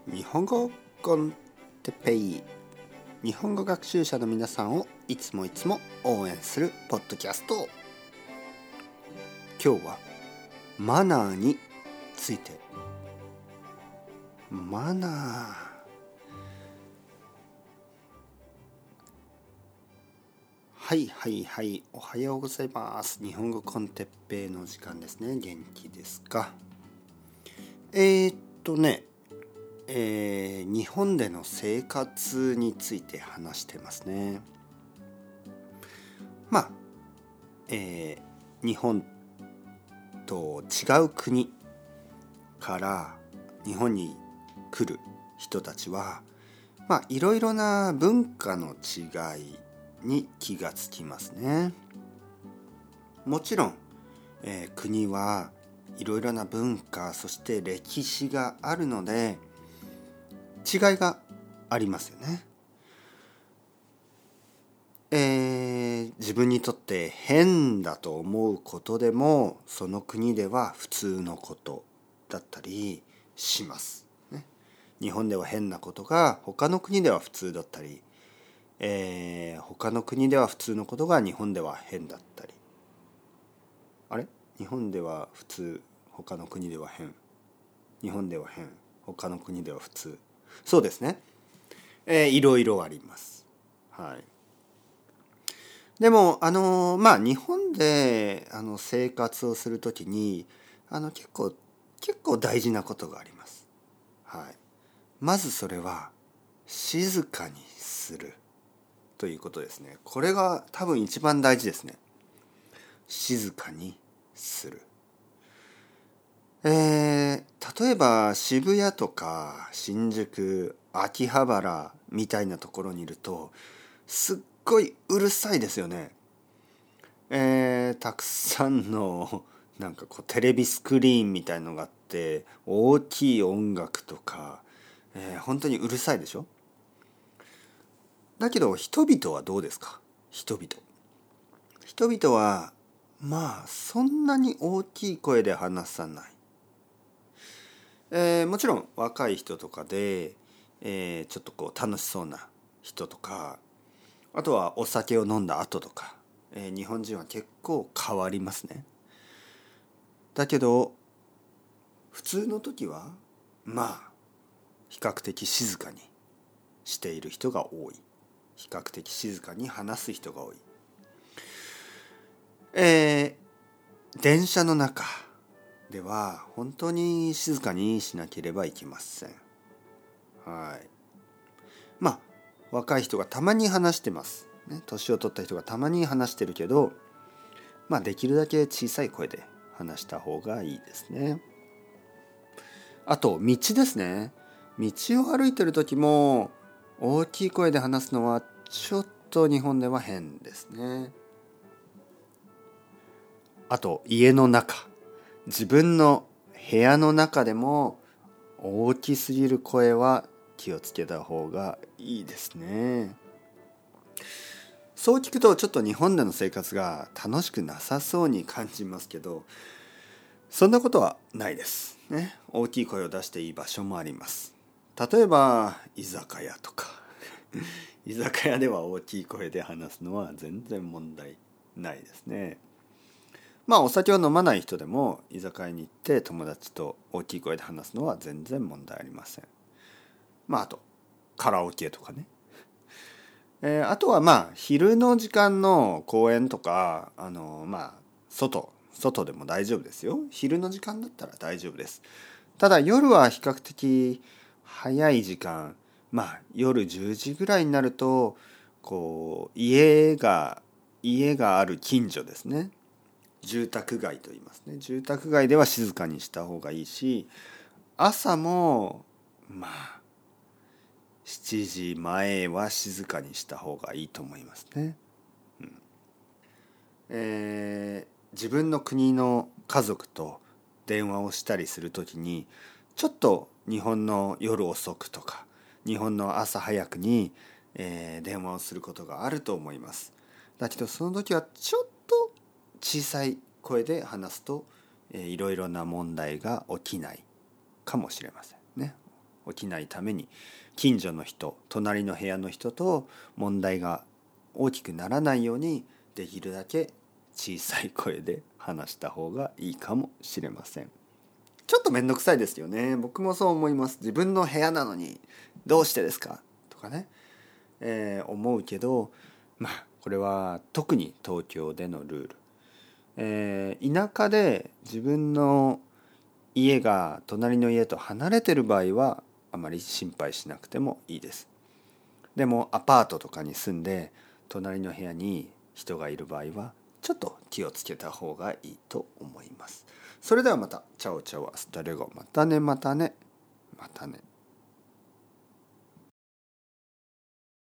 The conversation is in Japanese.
日本語コンテペイ、日本語学習者の皆さんをいつも応援するポッドキャスト。今日はマナーについて。マナー、おはようございます。日本語コンテッペイの時間ですね。元気ですか？日本での生活について話してますね。日本と違う国から日本に来る人たちはいろいろな文化の違いに気がつきますね。もちろん、国はいろいろな文化、そして歴史があるので違いがありますよね。自分にとって変だと思うことでもその国では普通のことだったりしますね。日本では変なことが他の国では普通だったり、他の国では普通のことが日本では変だったり、日本では普通、他の国では変、日本では変、他の国では普通、そうですね。いろいろあります。はい。でも日本で生活をするときに結構大事なことがあります。はい。まずそれは静かにするということですね。これが多分一番大事ですね。静かにする。例えば渋谷とか新宿、秋葉原みたいなところにいるとすっごいうるさいですよね。たくさんのテレビスクリーンみたいのがあって大きい音楽とか、本当にうるさいでしょ。だけど人々はどうですか？人々はそんなに大きい声で話さない。もちろん若い人とかで、ちょっと楽しそうな人とか、あとはお酒を飲んだ後とか、日本人は結構変わりますね。だけど普通の時は比較的静かにしている人が多い。比較的静かに話す人が多い。電車の中では本当に静かにしなければいけません。はい。若い人がたまに話してます。ね、年を取った人がたまに話してるけど、できるだけ小さい声で話した方がいいですね。あと道ですね。道を歩いてる時も大きい声で話すのはちょっと日本では変ですね。あと家の中、自分の部屋の中でも大きすぎる声は気をつけた方がいいですね。そう聞くとちょっと日本での生活が楽しくなさそうに感じますけど、そんなことはないですね。大きい声を出していい場所もあります。例えば居酒屋とか居酒屋では大きい声で話すのは全然問題ないですね。お酒を飲まない人でも居酒屋に行って友達と大きい声で話すのは全然問題ありません。あとカラオケとかね。あとは昼の時間の公園とか外でも大丈夫ですよ。昼の時間だったら大丈夫です。ただ夜は比較的早い時間、夜10時ぐらいになると家がある近所ですね。住宅街と言いますね。住宅街では静かにした方がいいし、朝も7時前は静かにした方がいいと思いますね。自分の国の家族と電話をしたりするときにちょっと日本の夜遅くとか日本の朝早くに、電話をすることがあると思います。だけどその時はちょっと小さい声で話すと、いろいろな問題が起きないかもしれませんね。 起きないために近所の人、隣の部屋の人と問題が大きくならないようにできるだけ小さい声で話した方がいいかもしれません。ちょっと面倒くさいですよね。僕もそう思います。自分の部屋なのにどうしてですかとかね、思うけど、これは特に東京でのルール、田舎で自分の家が隣の家と離れてる場合はあまり心配しなくてもいいです。でもアパートとかに住んで隣の部屋に人がいる場合はちょっと気をつけた方がいいと思います。それではまた。チャオチャオアスタレゴ。またねまたねまたね。